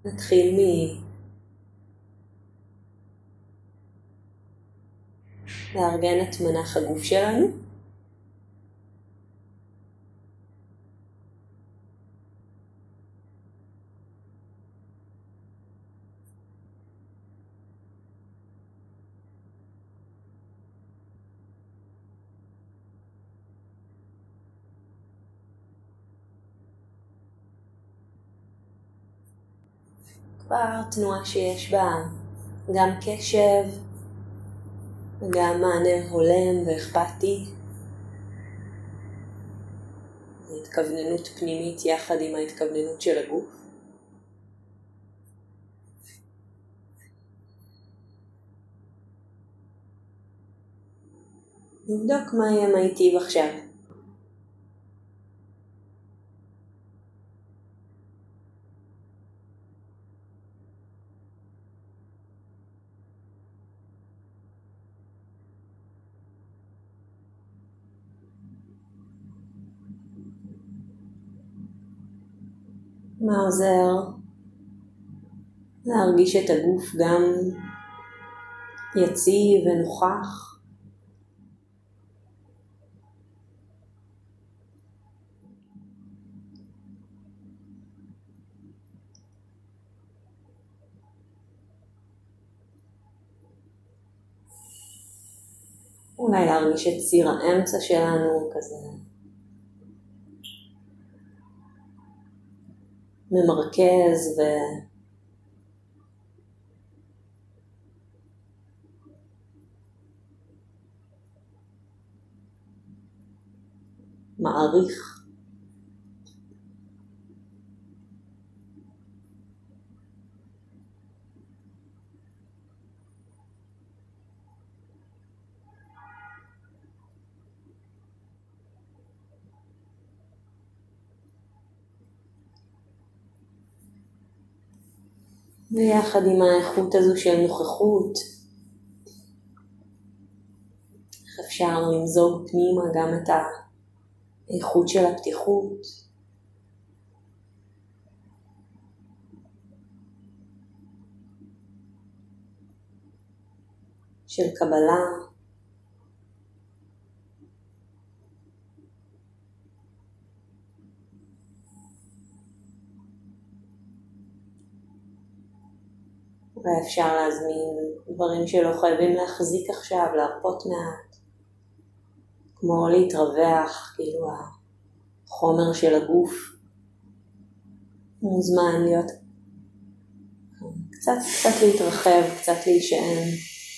נתחיל לארגן את מנח הגוף שלנו. כבר תנועה שיש בה גם קשב וגם מענה הולם ואכפתי. התכווננות פנימית יחד עם ההתכווננות של הגוף. נבדוק מה יהיה מיטיב עכשיו. מה עוזר להרגיש את הגוף גם יציב ונוכח. אולי להרגיש את ציר האמצע שלנו כזה ממרכז ומעריך. ויחד עם האיכות הזו של נוכחות, אפשר למזוג פנימה גם את האיכות של הפתיחות, של קבלה, ואפשר להזמין דברים שלא חייבים להחזיק עכשיו, להרפות מעט, כמו להתרווח, כאילו החומר של הגוף מוזמן להיות קצת להתרחב, קצת להישען,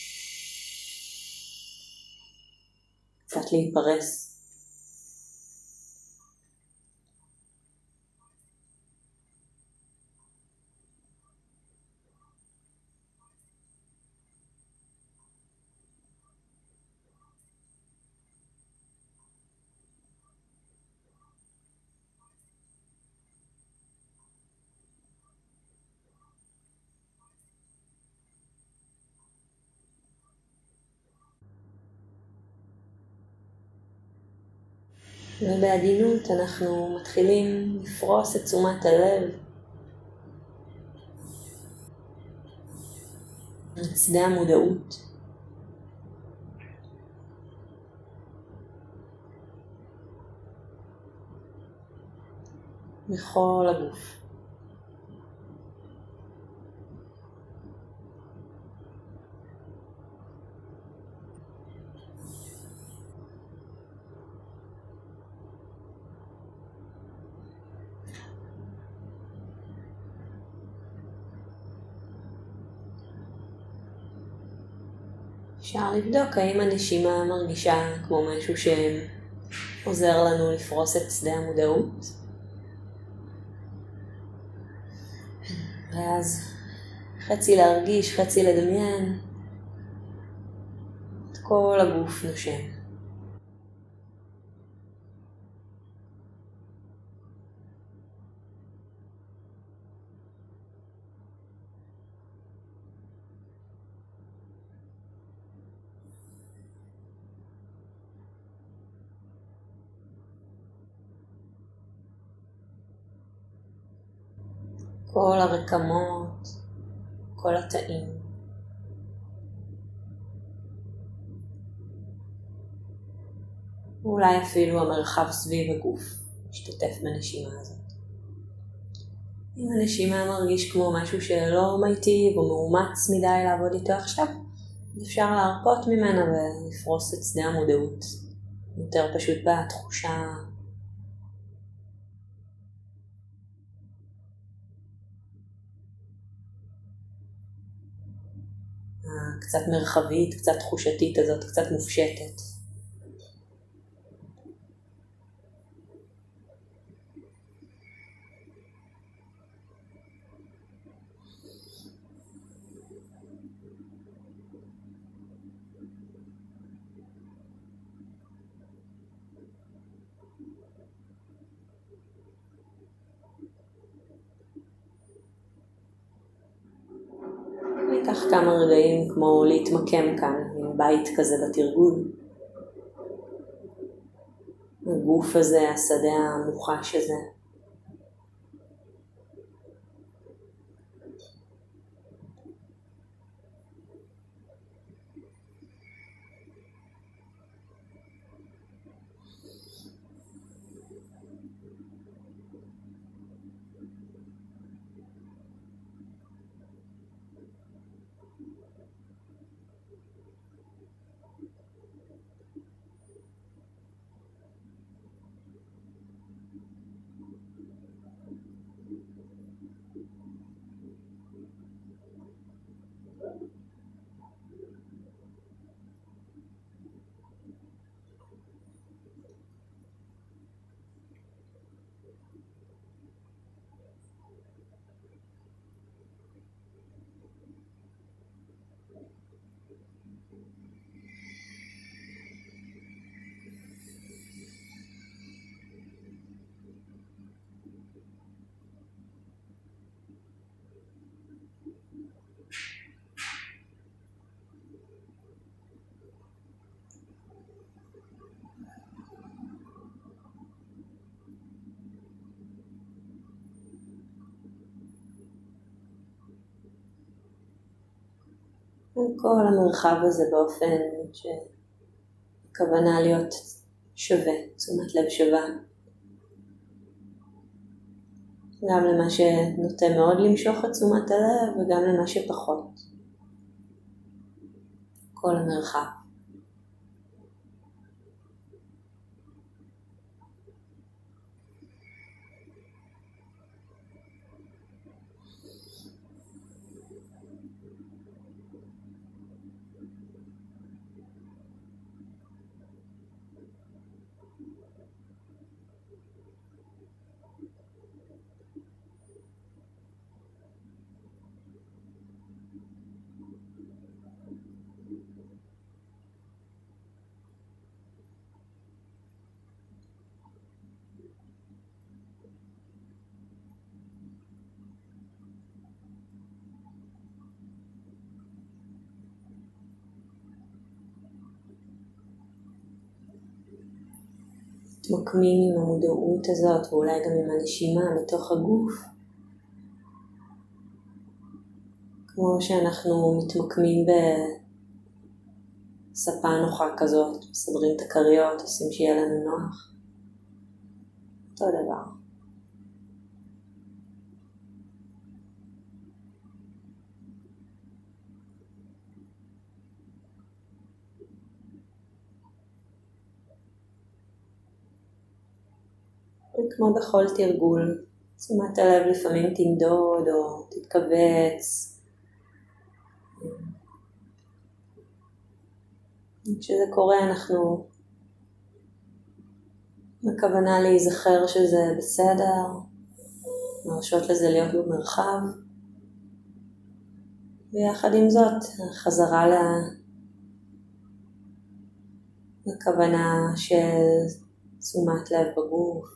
קצת להתפרס. ובעדינות אנחנו מתחילים לפרוס את תשומת הלב את שדה המודעות. בכל הגוף. אפשר לבדוק האם הנשימה מרגישה כמו משהו שעוזר לנו לפרוס את שדה המודעות. ואז חצי להרגיש, חצי לדמיין, את כל הגוף נושם. כל הרקמות, כל התאים. ואולי אפילו המרחב סביב הגוף משתתף בנשימה הזאת. אם הנשימה מרגיש כמו משהו שלא מיטיב או מאומץ מדי לעבוד איתו עכשיו, אפשר להרפות ממנה ולפרוס את שדה המודעות. יותר פשוט בתחושה. קצת מרחבית, קצת תחושתית הזאת, קצת מופשטת. ניקח כמה רגעים כמו להתמקם כאן, עם בית כזה בתרגול. הגוף הזה, השדה המוחש הזה. כל המרחב הזה באופן שכוונה להיות שווה, תשומת לב שווה. גם למה שנוטה מאוד למשוך את תשומת הלב וגם למה שפחות. כל המרחב. מתמקמים עם המודעות הזאת ואולי גם עם הנשימה בתוך הגוף. כמו שאנחנו מתמקמים בספה נוחה כזאת, מסדרים את הכריות, עושים שיהיה לנו נוח. אותו דבר. כמו בכל תרגול, תשומת הלב לפעמים תנדוד או תתכווץ. כשזה קורה אנחנו בכוונה להיזכר שזה בסדר, מרשות לזה להיות במרחב, ויחד עם זאת חזרה לכוונה של תשומת לב בגוף.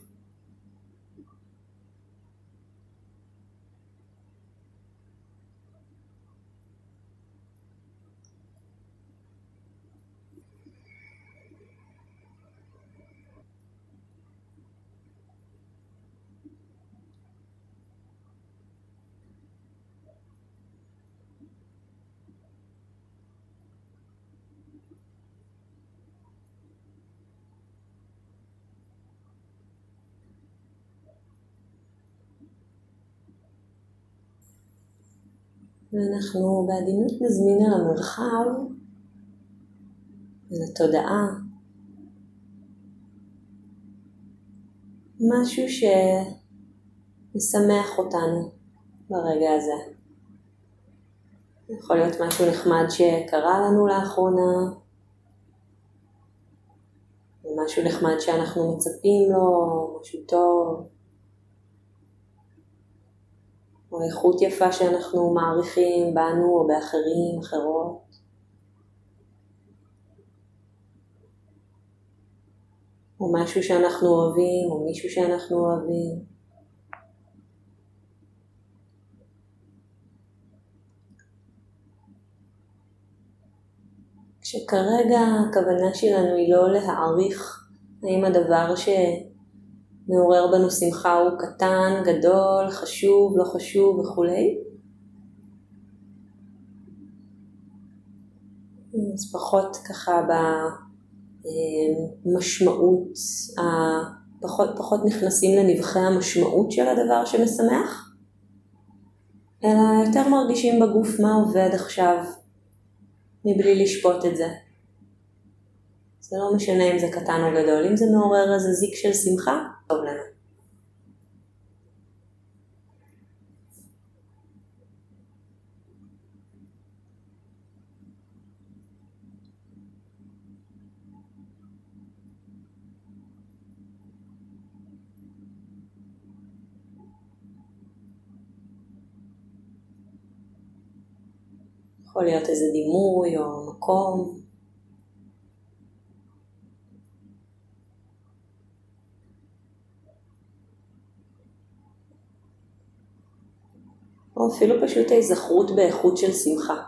ואנחנו בעדינות נזמין על המרחב, לתודעה, משהו שמשמח אותנו ברגע הזה. יכול להיות משהו נחמד שקרה לנו לאחרונה, משהו נחמד שאנחנו מצפים לו, משהו טוב, או איכות יפה שאנחנו מעריכים בנו או באחרים, אחרות. או משהו שאנחנו אוהבים, או מישהו שאנחנו אוהבים. כשכרגע הכוונה שלנו היא לא להעריך האם הדבר שמעורר בנו שמחה הוא קטן, גדול, חשוב, לא חשוב וכו'. אז פחות ככה במשמעות, פחות נכנסים לנבחי המשמעות של הדבר שמשמח, אלא יותר מרגישים בגוף מה עובד עכשיו, מבלי לשפוט את זה. זה לא משנה אם זה קטן או גדול, אם זה מעורר איזה זיק של שמחה, טוב לנו. יכול להיות איזה דימוי או מקום. או אפילו פשוט ההיזכרות באיכות של שמחה.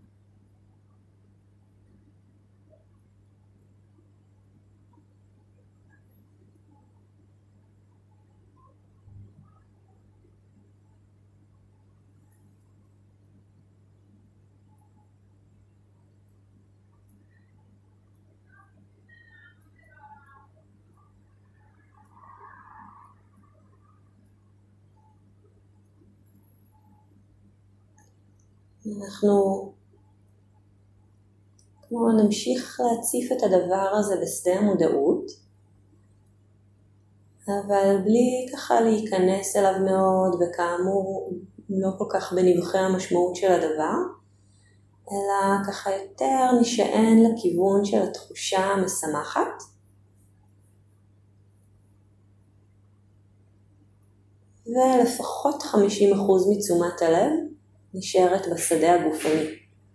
אנחנו כמו נמשיך להציף את הדבר הזה בשדה המודעות, אבל בלי ככה להיכנס אליו מאוד, וכאמור לא כל כך בנבחי המשמעות של הדבר, אלא ככה יותר נשען לכיוון של התחושה המשמחת, ולפחות 50% מתשומת הלב נשארת בשדה הגופני.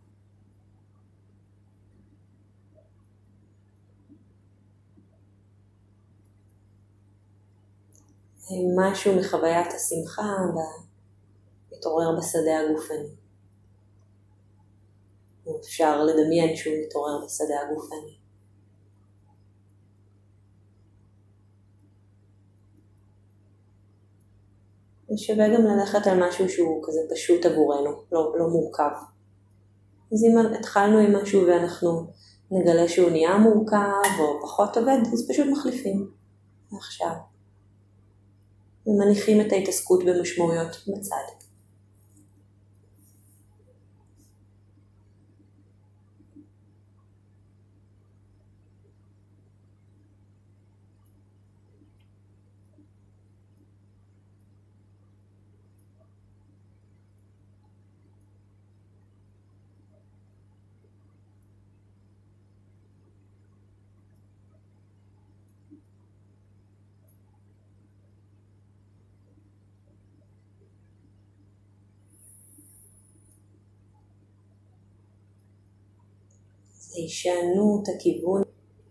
משהו מחוויית השמחה מתעורר בשדה הגופני. אפשר לדמיין שהוא מתעורר בשדה הגופני. שווה גם ללכת על משהו שהוא כזה פשוט עבורנו, לא מורכב. אז אם התחלנו עם משהו ואנחנו נגלה שהוא נהיה מורכב או פחות עובד, אז פשוט מחליפים. עכשיו. ומניחים את ההתעסקות במשמעויות בצד. זה הישענות, הכיוון.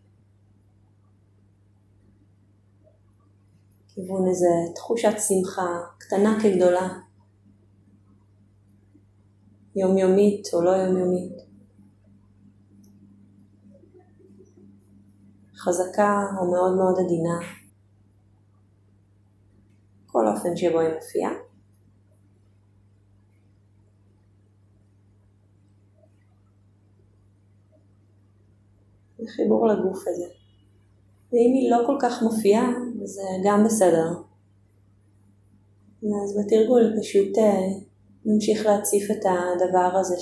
כיוון איזה תחושת שמחה, קטנה כגדולה. יומיומית או לא יומיומית. חזקה או מאוד מאוד עדינה. כל אופן שבו היא מופיעה. חיבור לגוף הזה. ואם היא לא כל כך מופיעה, זה גם בסדר. אז בתרגול פשוט נמשיך להציף את הדבר הזה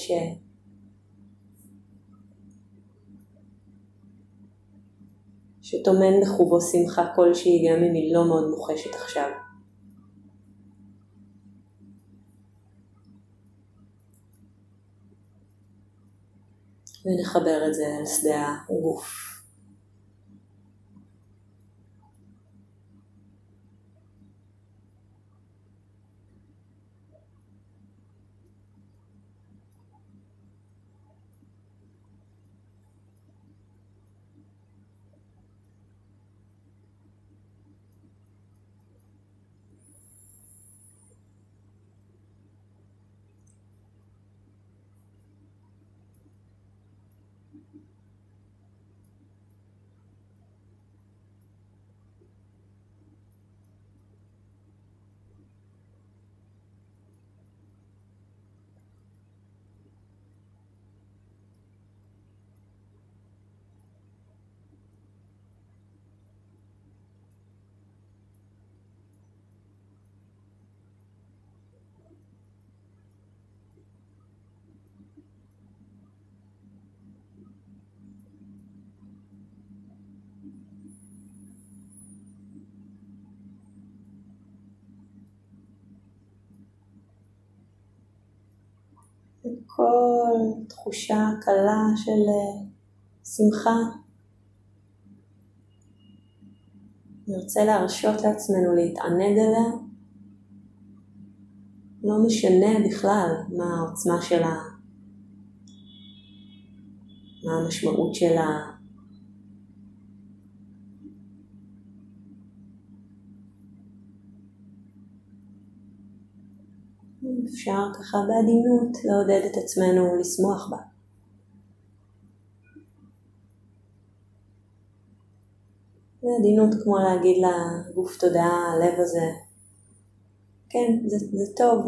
שטומן בחובו שמחה כלשהי, גם אם היא לא מאוד מוחשת עכשיו. ונחבר את זה על שדה הגוף. כל תחושה קלה של שמחה, נרצה להרשות לעצמנו להתענג עליה. לא משנה בכלל מה העוצמה שלה, מה המשמעות שלה. אפשר ככה בעדינות לעודד את עצמנו לשמוח בה. בעדינות כמו להגיד לגוף תודה, הלב הזה, כן, זה טוב,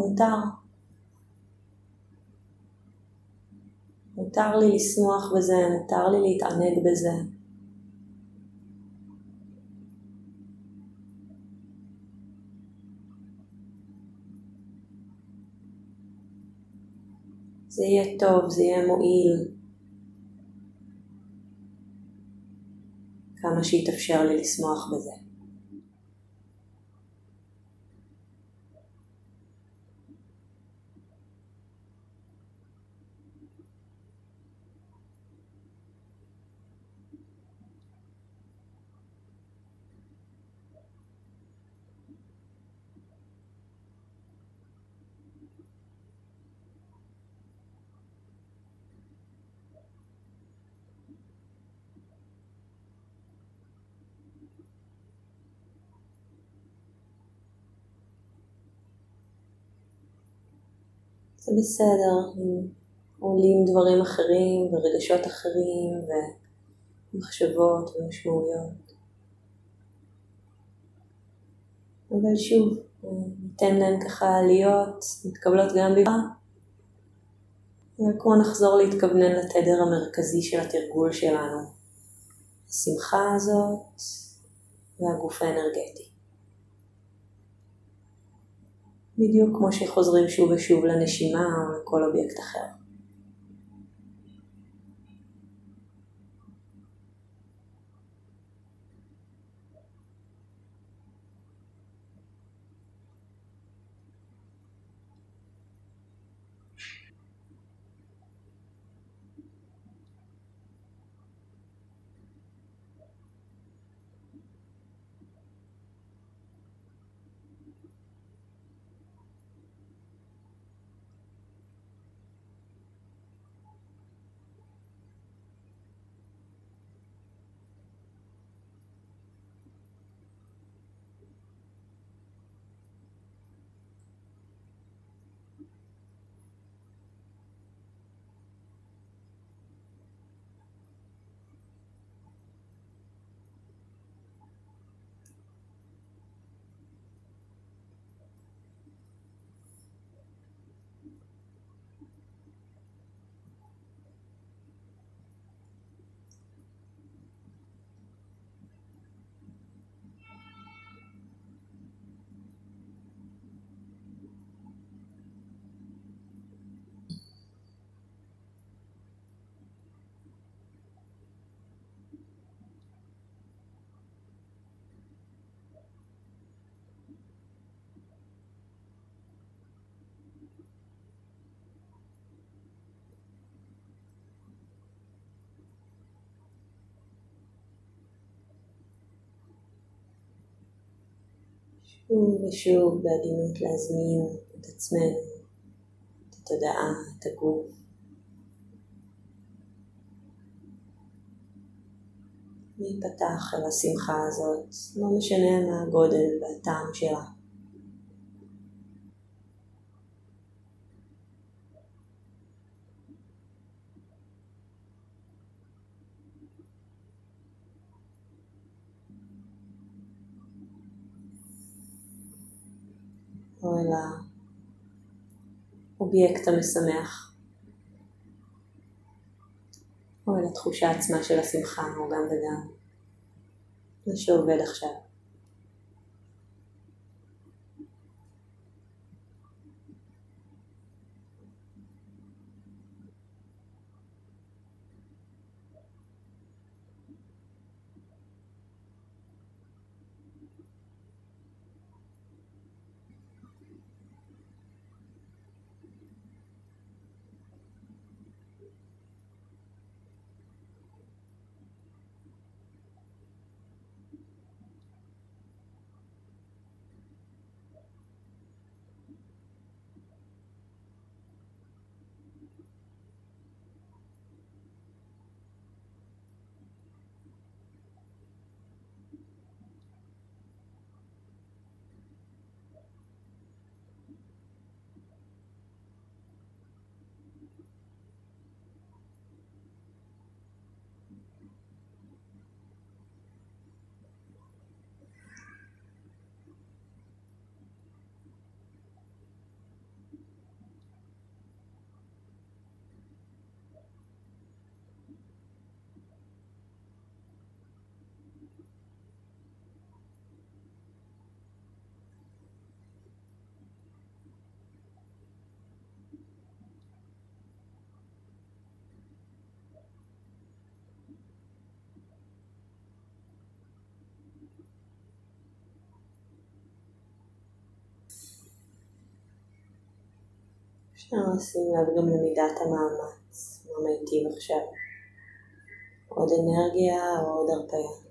מותר לי לשמוח בזה, מותר לי להתענג בזה. זה יהיה טוב, זה יהיה מועיל. כמה שיתאפשר לי לשמוח בזה. זה בסדר, עולים דברים אחרים ורגשות אחרים ומחשבות ומשמעויות. אבל שוב, ניתן להם ככה להיות, מתקבלות גם בבא. וכמו נחזור להתכוונן לתדר המרכזי של התרגול שלנו. השמחה הזאת והגוף האנרגטי. בדיוק כמו שחוזרים שוב ושוב לנשימה או לכל אובייקט אחר. ושוב בעדינות להזמין את עצמנו, את התודעה, את הגוף. להיפתח אל השמחה הזאת, לא משנה מה הגודל והטעם שלה. או אל האובייקט המשמח, או אל התחושה עצמה של השמחה, או גם וגם. זה שעובד עכשיו. אפשר לשים לב גם למידת המאמץ, מה מיטיב עכשיו. עוד אנרגיה או עוד הרפאיה.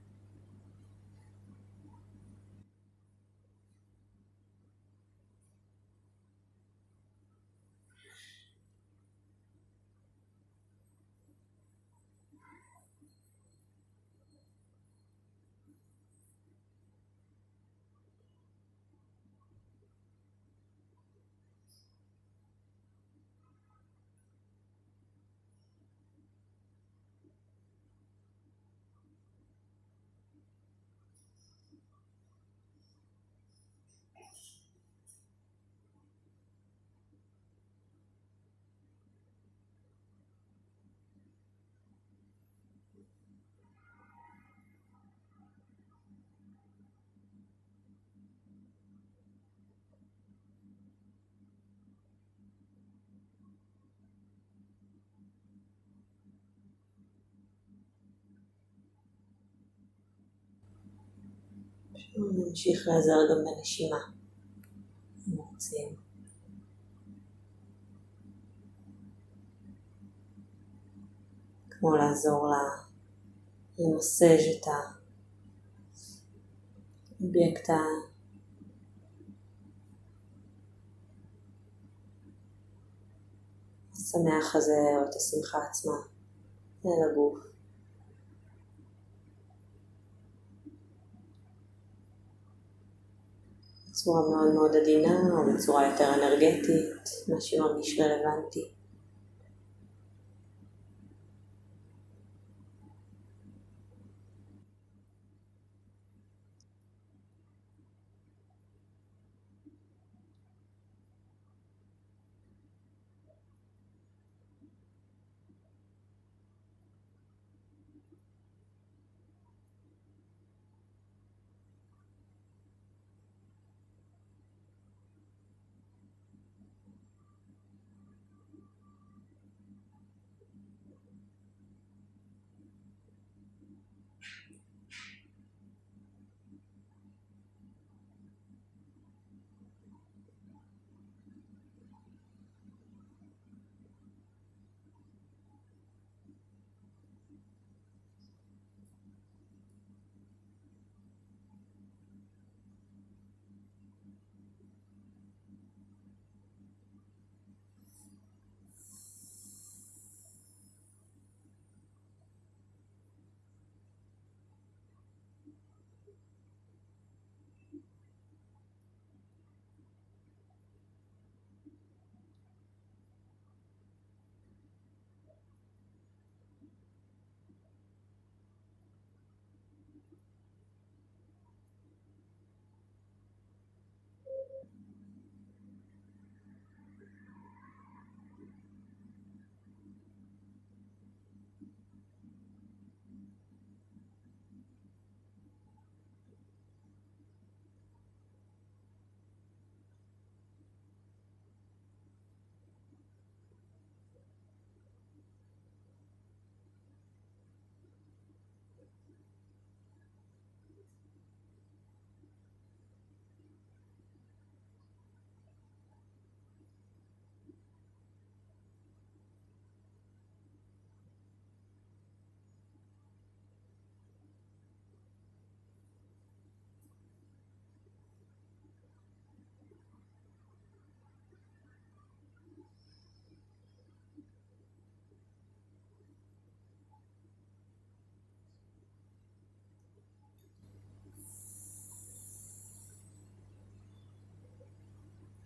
נמשיך לעזר גם בנשימה, אם רוצים. כמו לעזור לה למסג' את האובייקט השמח הזה, או את השמחה עצמה, אל הגוף. בצורה מאוד מאוד עדינה, או בצורה יותר אנרגטית, מה שמרגיש רלוונטי.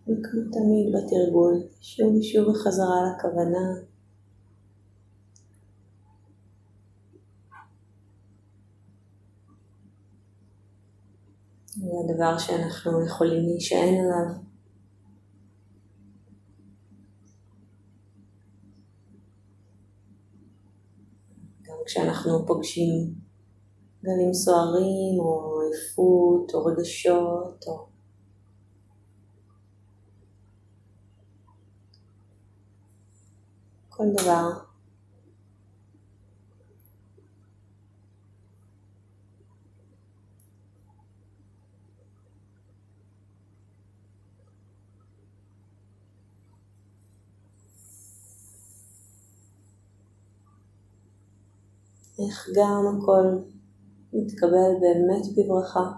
וכמו תמיד בתרגול, שוב ושוב בחזרה לכוונה. זה הדבר שאנחנו יכולים להישען עליו. גם כשאנחנו פוגשים גלים סוערים או עייפות או רגשות או כל דבר. איך גם הכל מתקבל באמת בברכה.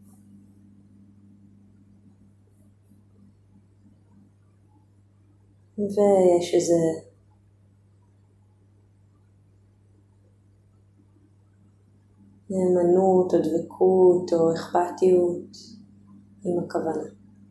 ויש איזה נאמנות או דבקות או אכפתיות עם הכוונה.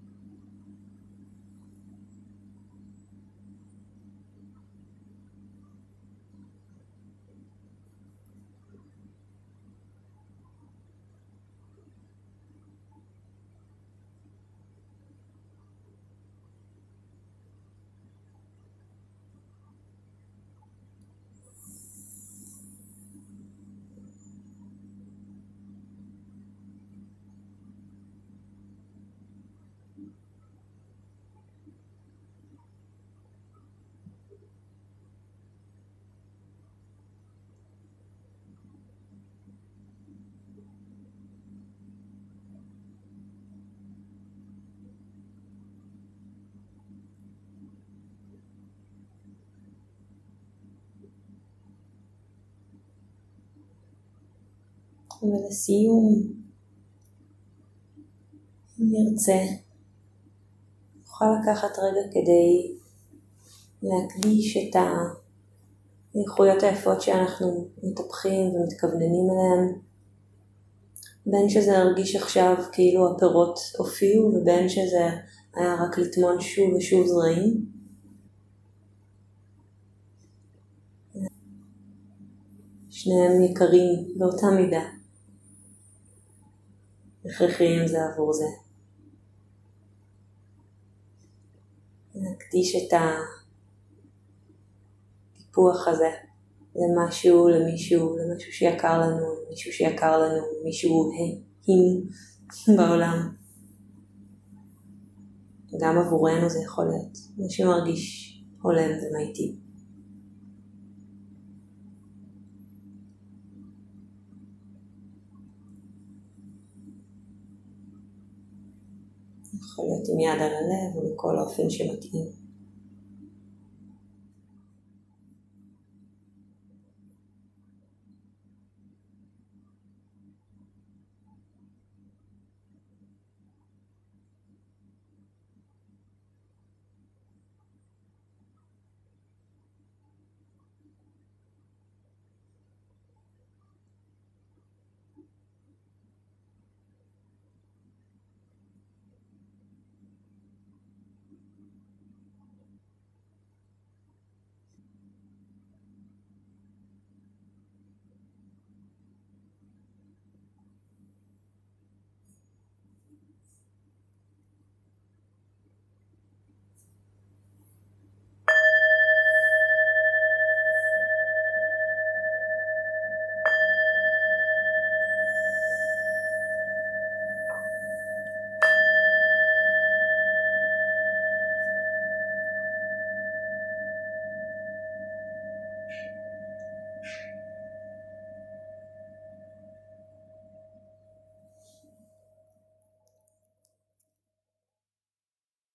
ולסיום, אם נרצה, נוכל לקחת רגע כדי להקדיש את האיכויות היפות שאנחנו מטפחים ומתכווננים אליהן, בין שזה הרגיש עכשיו כאילו הפירות הופיעו ובין שזה היה רק לטמון שוב ושוב זרעים. שניהם יקרים באותה מידה. הכרחיים זה עבור זה. נקדיש את הטיפוח הזה למשהו, למישהו שיקר לנו, למישהו שיקר לנו, מישהו הם בעולם. גם עבורנו זה יכול להיות. מישהו מרגיש הולם ומייטיב. יכול להיות עם יד על הלב או בכל אופן שמתאים.